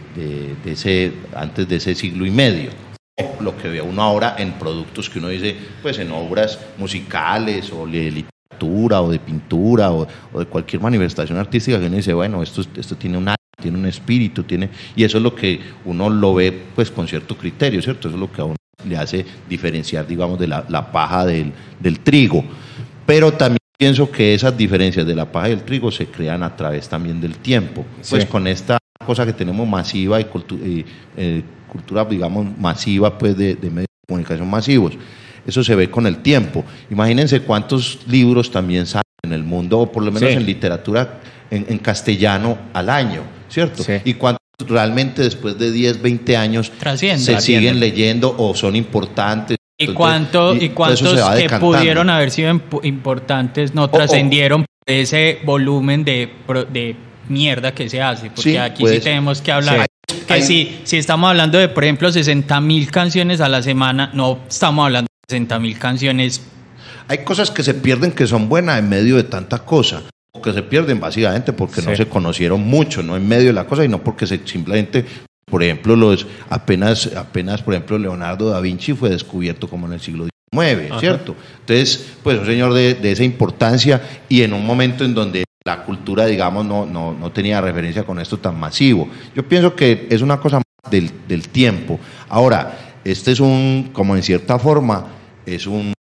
ese siglo y medio. Lo que ve uno ahora en productos que uno dice, pues en obras musicales o de literatura o de pintura o de cualquier manifestación artística, que uno dice, bueno, esto tiene un alma, tiene un espíritu, y eso es lo que uno lo ve pues con cierto criterio, ¿cierto? Eso es lo que a uno le hace diferenciar, digamos, de la paja del trigo. Pero también pienso que esas diferencias de la paja y del trigo se crean a través también del tiempo. Pues con esta cosa que tenemos masiva y cultura, digamos, masiva, pues de medios de comunicación masivos. Eso se ve con el tiempo. Imagínense cuántos libros también salen en el mundo, o por lo menos en literatura en castellano al año, ¿cierto? Sí. Y cuántos realmente después de 10, 20 años se siguen leyendo o son importantes. ¿Y cuántos que pudieron haber sido importantes no trascendieron ese volumen de mierda que se hace? Porque aquí sí tenemos que hablar. Que si estamos hablando de, por ejemplo, 60.000 canciones a la semana, no estamos hablando de 60.000 canciones. Hay cosas que se pierden que son buenas en medio de tanta cosa, o que se pierden básicamente porque no se conocieron mucho, no en medio de la cosa, y no porque simplemente, por ejemplo, apenas por ejemplo, Leonardo da Vinci fue descubierto como en el siglo mueve, ¿cierto? Entonces, pues un señor de esa importancia y en un momento en donde la cultura, digamos, no tenía referencia con esto tan masivo. Yo pienso que es una cosa más del tiempo. Ahora, este es como en cierta forma, es un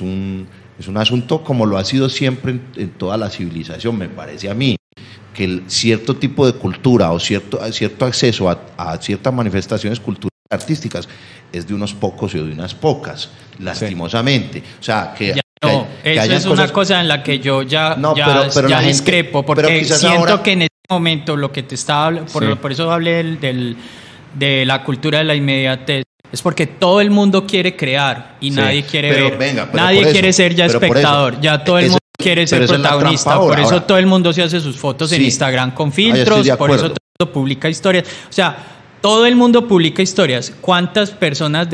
asunto como lo ha sido siempre en toda la civilización, me parece a mí, que cierto tipo de cultura o cierto acceso a ciertas manifestaciones culturales artísticas es de unos pocos y de unas pocas, lastimosamente. O sea, que eso es una cosa en la que yo ya discrepo, porque siento ahora, que en este momento lo que te estaba hablando, por eso hablé de la cultura de la inmediatez, es porque todo el mundo quiere crear y nadie quiere ver, nadie quiere ser ya espectador, ya todo el mundo quiere ser protagonista, por eso todo el mundo se hace sus fotos en Instagram con filtros, por eso todo el mundo publica historias, o sea, todo el mundo publica historias. ¿Cuántas personas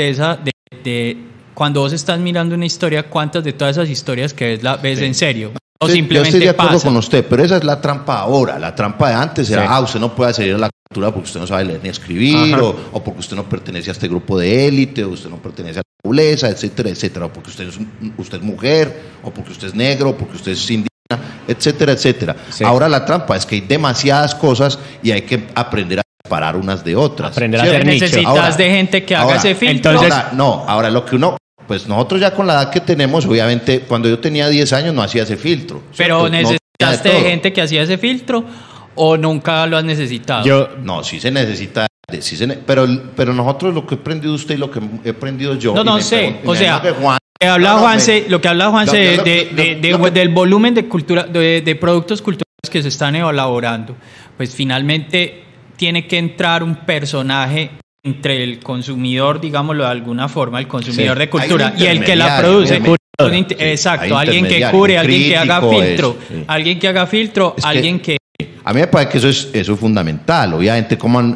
cuando vos estás mirando una historia, cuántas de todas esas historias que ves en serio? O simplemente yo estoy de acuerdo con usted, pero esa es la trampa ahora. La trampa de antes era, usted no puede acceder a la cultura porque usted no sabe leer ni escribir, o porque usted no pertenece a este grupo de élite, o usted no pertenece a la nobleza, etcétera, etcétera, o porque usted es mujer, o porque usted es negro, o porque usted es indígena, etcétera, etcétera. Sí. Ahora la trampa es que hay demasiadas cosas y hay que aprender a separar unas de otras. Aprender a hacer nicho. Necesitas de gente que haga ese filtro. Entonces, ahora lo que uno... Pues nosotros ya con la edad que tenemos, obviamente, cuando yo tenía 10 años no hacía ese filtro. ¿Pero necesitaste de gente que hacía ese filtro o nunca lo has necesitado? No, sí se necesita, pero nosotros lo que he aprendido usted y lo que he aprendido yo... No sé, o sea, lo que habla Juanse del volumen de cultura, de productos culturales que se están elaborando, pues finalmente tiene que entrar un personaje entre el consumidor, digámoslo de alguna forma, el consumidor de cultura y el que la produce. Exacto, alguien que cure, alguien que haga filtro, alguien que haga filtro, alguien que... A mí me parece que eso es fundamental, obviamente,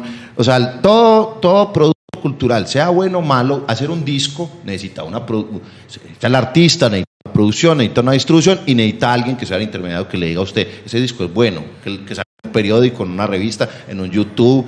todo producto cultural, sea bueno o malo, hacer un disco necesita el artista, necesita una producción, necesita una distribución y necesita alguien que sea el intermediario que le diga a usted, ese disco es bueno, que salga en un periódico, en una revista, en un YouTube,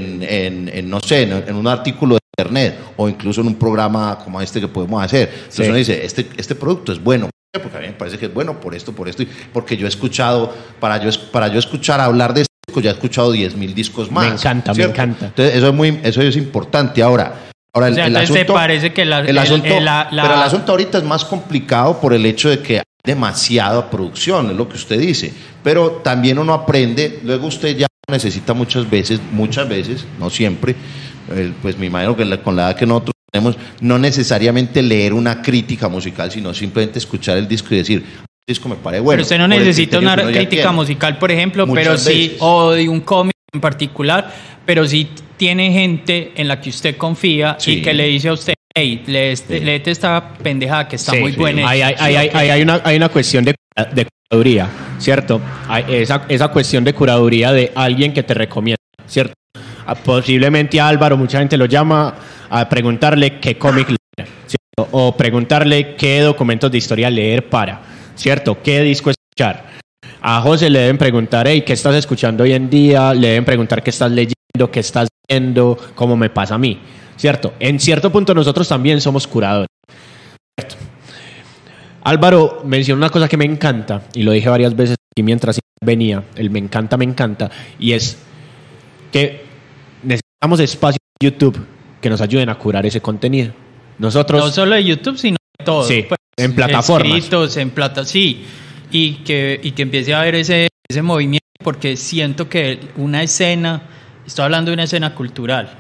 en un artículo de internet o incluso en un programa como este que podemos hacer. Entonces uno dice, este producto es bueno, porque a mí me parece que es bueno por esto, y porque yo he escuchado, para yo escuchar hablar de este disco, ya he escuchado 10,000 discos más. Me encanta. Entonces eso es importante. Ahora el asunto, te parece que pero el asunto ahorita es más complicado por el hecho de que hay demasiada producción, es lo que usted dice, pero también uno aprende, luego usted ya necesita muchas veces, no siempre, pues me imagino que con la edad que nosotros tenemos, no necesariamente leer una crítica musical, sino simplemente escuchar el disco y decir, el disco me parece bueno. Pero usted no necesita una crítica musical, por ejemplo, pero sí, o de un cómic en particular, pero sí tiene gente en la que usted confía y que le dice a usted, hey, léete esta pendejada que está muy buena. Hay una cuestión de curaduría, ¿cierto? Esa cuestión de curaduría de alguien que te recomienda, ¿cierto? Posiblemente a Álvaro mucha gente lo llama a preguntarle qué cómic leer, ¿cierto? O preguntarle qué documentos de historia leer ¿cierto? ¿Qué disco escuchar? A José le deben preguntar, hey, ¿qué estás escuchando hoy en día? Le deben preguntar qué estás leyendo, qué estás viendo, cómo me pasa a mí, ¿cierto? En cierto punto nosotros también somos curadores, ¿cierto? Álvaro mencionó una cosa que me encanta, y lo dije varias veces aquí mientras venía, el me encanta, y es que necesitamos espacios en YouTube que nos ayuden a curar ese contenido. Nosotros... No solo de YouTube, sino de todo. Sí, pues, en plataformas. Escritos, sí. Y que empiece a haber ese movimiento, porque siento que una escena, estoy hablando de una escena cultural,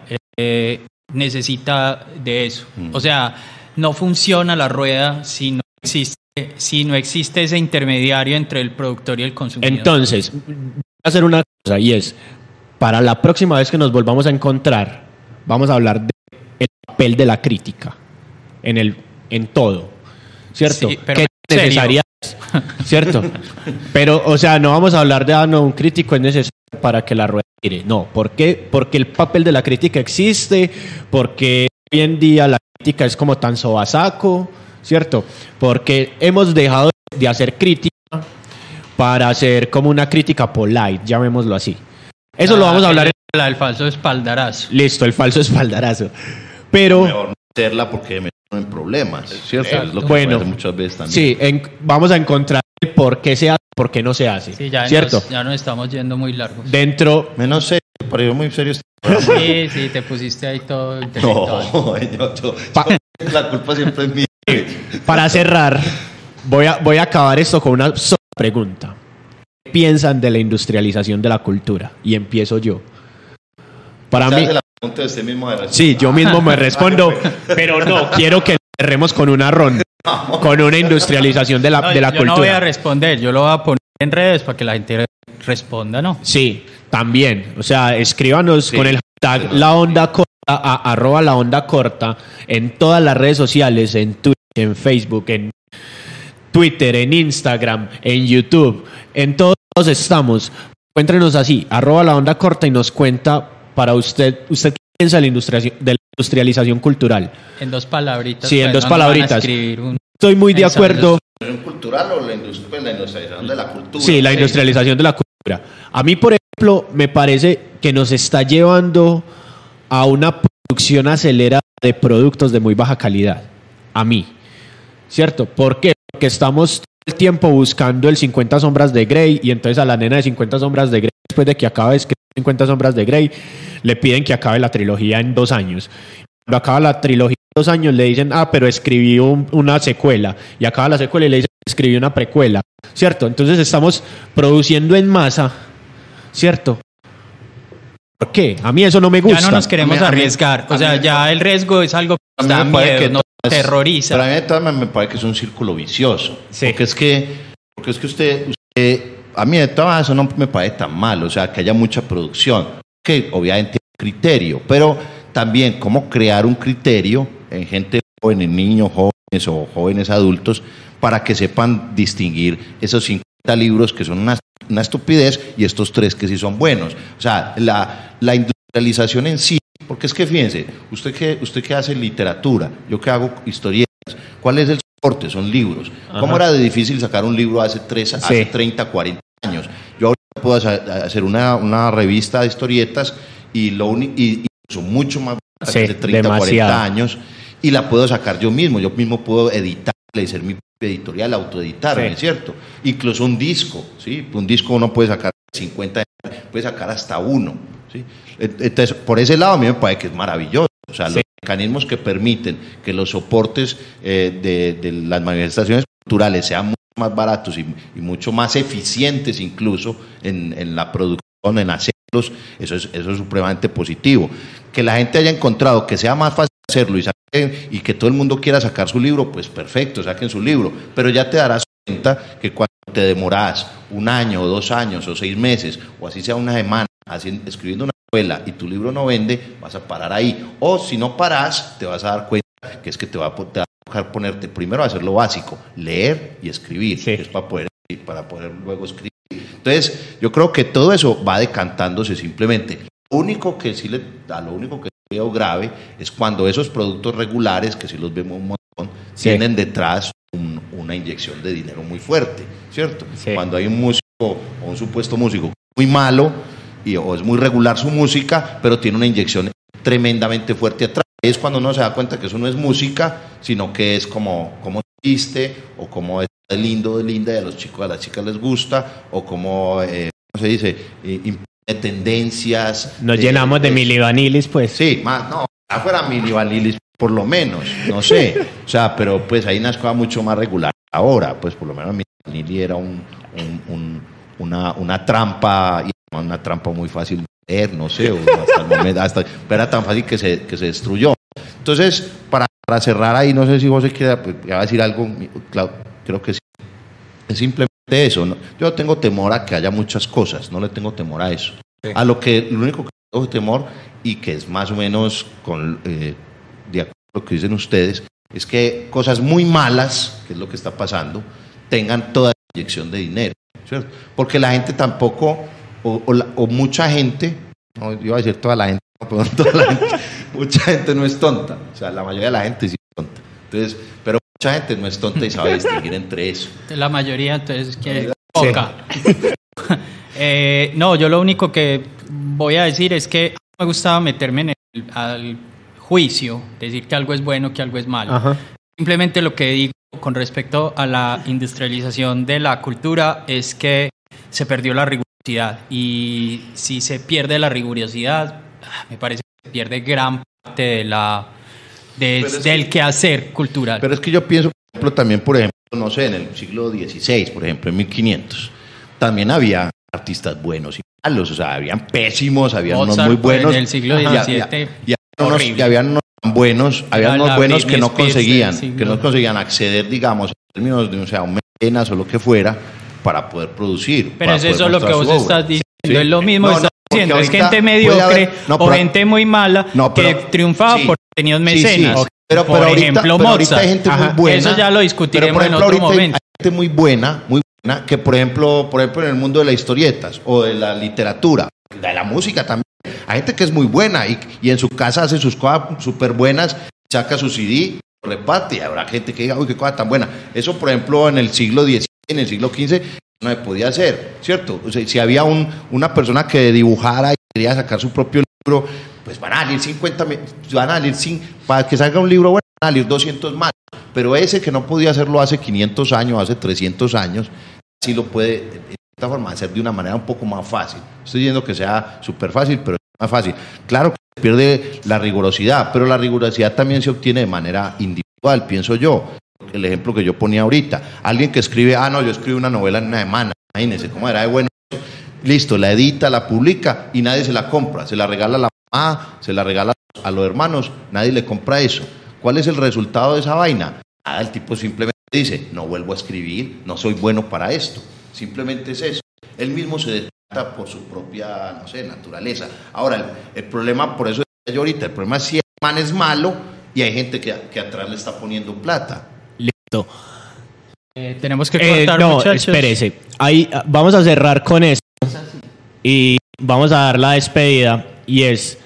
necesita de eso. O sea, no funciona la rueda si no existe ese intermediario entre el productor y el consumidor. Entonces, voy a hacer una cosa, y es, para la próxima vez que nos volvamos a encontrar, vamos a hablar del papel de la crítica en todo, ¿cierto? Sí, pero ¿qué es necesaria? ¿Cierto? Pero, o sea, no vamos a hablar de un crítico es necesario para que la rueda gire. No, ¿por qué? Porque el papel de la crítica existe, porque hoy en día la crítica es como tan sobasaco, ¿cierto? Porque hemos dejado de hacer crítica para hacer como una crítica polite, llamémoslo así. Eso lo vamos a hablar el falso espaldarazo. Listo, el falso espaldarazo. Pero mejor no hacerla porque en problemas, ¿cierto? Exacto. Es lo que Bueno, pasa muchas veces también. Sí, vamos a encontrar el por qué se hace, por qué no se hace. Sí, ya ¿Cierto? ya nos estamos yendo muy largos. Dentro, Menos serio, para ir muy serio. Sí, sí, te pusiste ahí todo intelectual. No, la culpa siempre es mía. para cerrar, voy a acabar esto con una sola pregunta. ¿Qué piensan de la industrialización de la cultura? Y empiezo yo. Para mí, La pregunta de usted mismo de respuesta. sí, yo mismo me respondo, pero no, quiero que cerremos con una ronda, con una industrialización de la No, cultura. yo no voy a responder, yo lo voy a poner en redes para que la gente responda, ¿no? Sí, también. O sea, escríbanos con el hashtag La Onda Corta a @La Onda Corta en todas las redes sociales, en Twitch, en Facebook, en Twitter, en Instagram, en YouTube, en todos estamos. Encuéntrenos así, @La Onda Corta y nos cuenta para usted qué piensa de la industrialización cultural. En dos palabritas. Sí, en pues, dos no nos van a palabritas. escribir un Estoy muy de mensaje. acuerdo. ¿La cultural o la industrialización de la cultura? Sí, la industrialización de la cultura. A mí, por ejemplo, me parece que nos está llevando a una producción acelerada de productos de muy baja calidad. A mí. ¿Cierto? ¿Por qué? Porque estamos todo el tiempo buscando el 50 sombras de Grey y entonces a la nena de 50 sombras de Grey, después de que acabe de escribir 50 sombras de Grey, le piden que acabe la trilogía en 2 años. Cuando acaba la trilogía en 2 años le dicen, pero escribí una secuela. Y acaba la secuela y le dicen, escribí una precuela. ¿Cierto? Entonces estamos produciendo en masa. ¿Cierto? ¿Por qué? A mí eso no me gusta. Ya no nos queremos A mí- arriesgar. O a sea, mí- ya el riesgo es algo A que mí da me parece miedo, que nos terroriza. Pero a mí de todas maneras me parece que es un círculo vicioso. Sí. Porque es que usted, a mí de todas maneras eso no me parece tan mal, o sea, que haya mucha producción, que obviamente hay criterio, pero también cómo crear un criterio en gente joven, en niños jóvenes o jóvenes adultos, para que sepan distinguir esos 50 libros que son una estupidez y estos 3 que sí son buenos. O sea, la industrialización en sí, porque es que fíjense, usted que hace literatura, yo que hago historietas, ¿cuál es el soporte? Son libros. ¿Cómo era de difícil sacar un libro hace 30, 40 años? Yo ahorita puedo hacer una revista de historietas y son mucho más Sí, de 30, demasiado. 40 años y la puedo sacar yo mismo puedo editarla y ser mi editorial, autoeditarme, Sí. ¿cierto? Incluso un disco, ¿sí? Un disco uno puede sacar 50, puede sacar hasta 1, ¿sí? Entonces, por ese lado a mí me parece que es maravilloso. O sea, Sí. los mecanismos que permiten que los soportes de las manifestaciones culturales sean mucho más baratos y mucho más eficientes incluso en la producción, en hacerlos, eso es supremamente positivo. Que la gente haya encontrado que sea más fácil hacerlo y que todo el mundo quiera sacar su libro, pues perfecto, saquen su libro, pero ya te darás cuenta que cuando te demoras 1 año o 2 años o 6 meses o así sea una semana escribiendo una novela y tu libro no vende, vas a parar ahí, o si no paras te vas a dar cuenta que es que te va a tocar ponerte primero a hacer lo básico, leer y escribir, Sí. que es para poder luego escribir. Entonces yo creo que todo eso va decantándose simplemente. Lo único que sí veo grave es cuando esos productos regulares, que sí los vemos un montón, Sí. tienen detrás una inyección de dinero muy fuerte, ¿cierto? Sí. Cuando hay un músico o un supuesto músico muy malo o es muy regular su música, pero tiene una inyección tremendamente fuerte atrás. Es cuando uno se da cuenta que eso no es música, sino que es como viste o como es lindo, de linda y a los chicos, a las chicas les gusta, o como, ¿cómo se dice? Impone tendencias. Nos llegamos de milivanilis, pues. Sí, más, no, afuera Mili Vanillis, por lo menos, no sé. O sea, pero pues hay unas cosas mucho más regulares. Ahora, pues por lo menos Mili Vanilli era una trampa, y una trampa muy fácil de leer, no sé, o hasta el momento, pero era tan fácil que se destruyó. Entonces, para cerrar ahí, no sé si José quiere va a decir algo, creo que sí. Es simplemente eso, ¿no? Yo tengo temor a que haya muchas cosas, no le tengo temor a eso. Sí. Lo único que tengo temor, y que es más o menos de acuerdo a lo que dicen ustedes, es que cosas muy malas, que es lo que está pasando, tengan toda la inyección de dinero, ¿cierto? Porque la gente tampoco, o mucha gente, no iba a decir toda la gente, no, pero toda la gente, mucha gente no es tonta, o sea, la mayoría de la gente sí es tonta. Entonces, pero mucha gente no es tonta y sabe distinguir entre eso. La mayoría, entonces, que poca. No, yo lo único que voy a decir es que me gustaba meterme al juicio, decir que algo es bueno, que algo es malo. Ajá. Simplemente lo que digo con respecto a la industrialización de la cultura es que se perdió la rigurosidad, y si se pierde la rigurosidad, me parece que se pierde gran parte del quehacer cultural. Pero es que yo pienso, por ejemplo, también, por ejemplo, no sé, en el siglo XVI, por ejemplo, en 1500, también había artistas buenos y malos, o sea, habían pésimos, habían unos Mozart, muy buenos. en el siglo XVII, y habían unos tan buenos, habían unos buenos que no conseguían, acceder, digamos, a términos de, o sea, un mecenas o lo que fuera, para poder producir. Pero es eso lo que vos estás diciendo, ¿sí? es lo mismo que estás diciendo, es gente mediocre o gente muy mala que triunfaba por tenidos mecenas. Sí. Pero por ahorita, ejemplo, pero Mozart. ahorita hay gente muy buena. Eso ya lo discutiremos pero, por ejemplo, en otro momento. Hay gente muy buena, que por ejemplo en el mundo de las historietas o de la literatura, de la música también. Hay gente que es muy buena y en su casa hace sus cosas súper buenas, saca su CD, lo reparte, y habrá gente que diga, uy, qué cosa tan buena. Eso, por ejemplo, en el siglo XVI, en el siglo XV, no se podía hacer, ¿cierto? O sea, si había una persona que dibujara y quería sacar su propio libro, pues van a salir 50, van a salir para que salga un libro bueno, van a salir 200 más. Pero ese que no podía hacerlo hace 500 años, hace 300 años, sí lo puede, de esta forma, hacer de una manera un poco más fácil. Estoy diciendo que sea súper fácil, pero es más fácil. Claro que se pierde la rigurosidad, pero la rigurosidad también se obtiene de manera individual, pienso yo. El ejemplo que yo ponía ahorita, alguien que escribe, yo escribí una novela en una semana, imagínense cómo era de bueno. Listo, la edita, la publica y nadie se la compra, se la regala a la mamá, se la regala a los hermanos, nadie le compra eso. ¿Cuál es el resultado de esa vaina? Nada, el tipo simplemente dice, no vuelvo a escribir, no soy bueno para esto. Simplemente es eso. Él mismo se descarta por su propia, no sé, naturaleza. Ahora, el problema, por eso decía yo ahorita, el problema es si el man es malo y hay gente que atrás le está poniendo plata. Listo. Tenemos que cortar, no, muchachos. espérese. Ahí, vamos a cerrar con esto y vamos a dar la despedida, y es: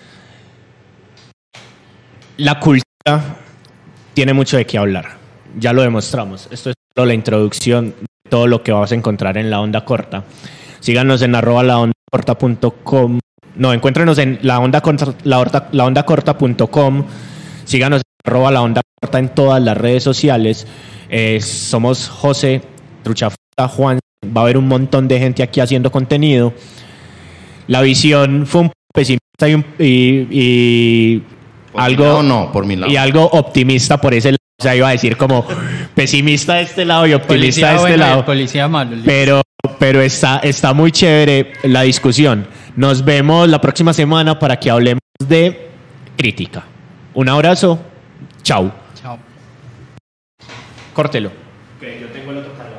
la cultura tiene mucho de qué hablar. Ya lo demostramos. Esto es solo la introducción de todo lo que vas a encontrar en La Onda Corta. Síganos en @laondacorta.com. No, encuéntrenos en laondacorta.com. Síganos en @laondacorta en todas las redes sociales. Somos José, Truchafita, Juan. Va a haber un montón de gente aquí haciendo contenido. La visión fue un pesimista y algo, no, por mi lado. Y algo optimista por ese lado. O sea, iba a decir como pesimista de este lado y optimista de este lado. Policía malo. Pero está muy chévere la discusión. Nos vemos la próxima semana para que hablemos de crítica. Un abrazo. Chau. Chao. Córtelo. Ok, yo tengo el otro cargador.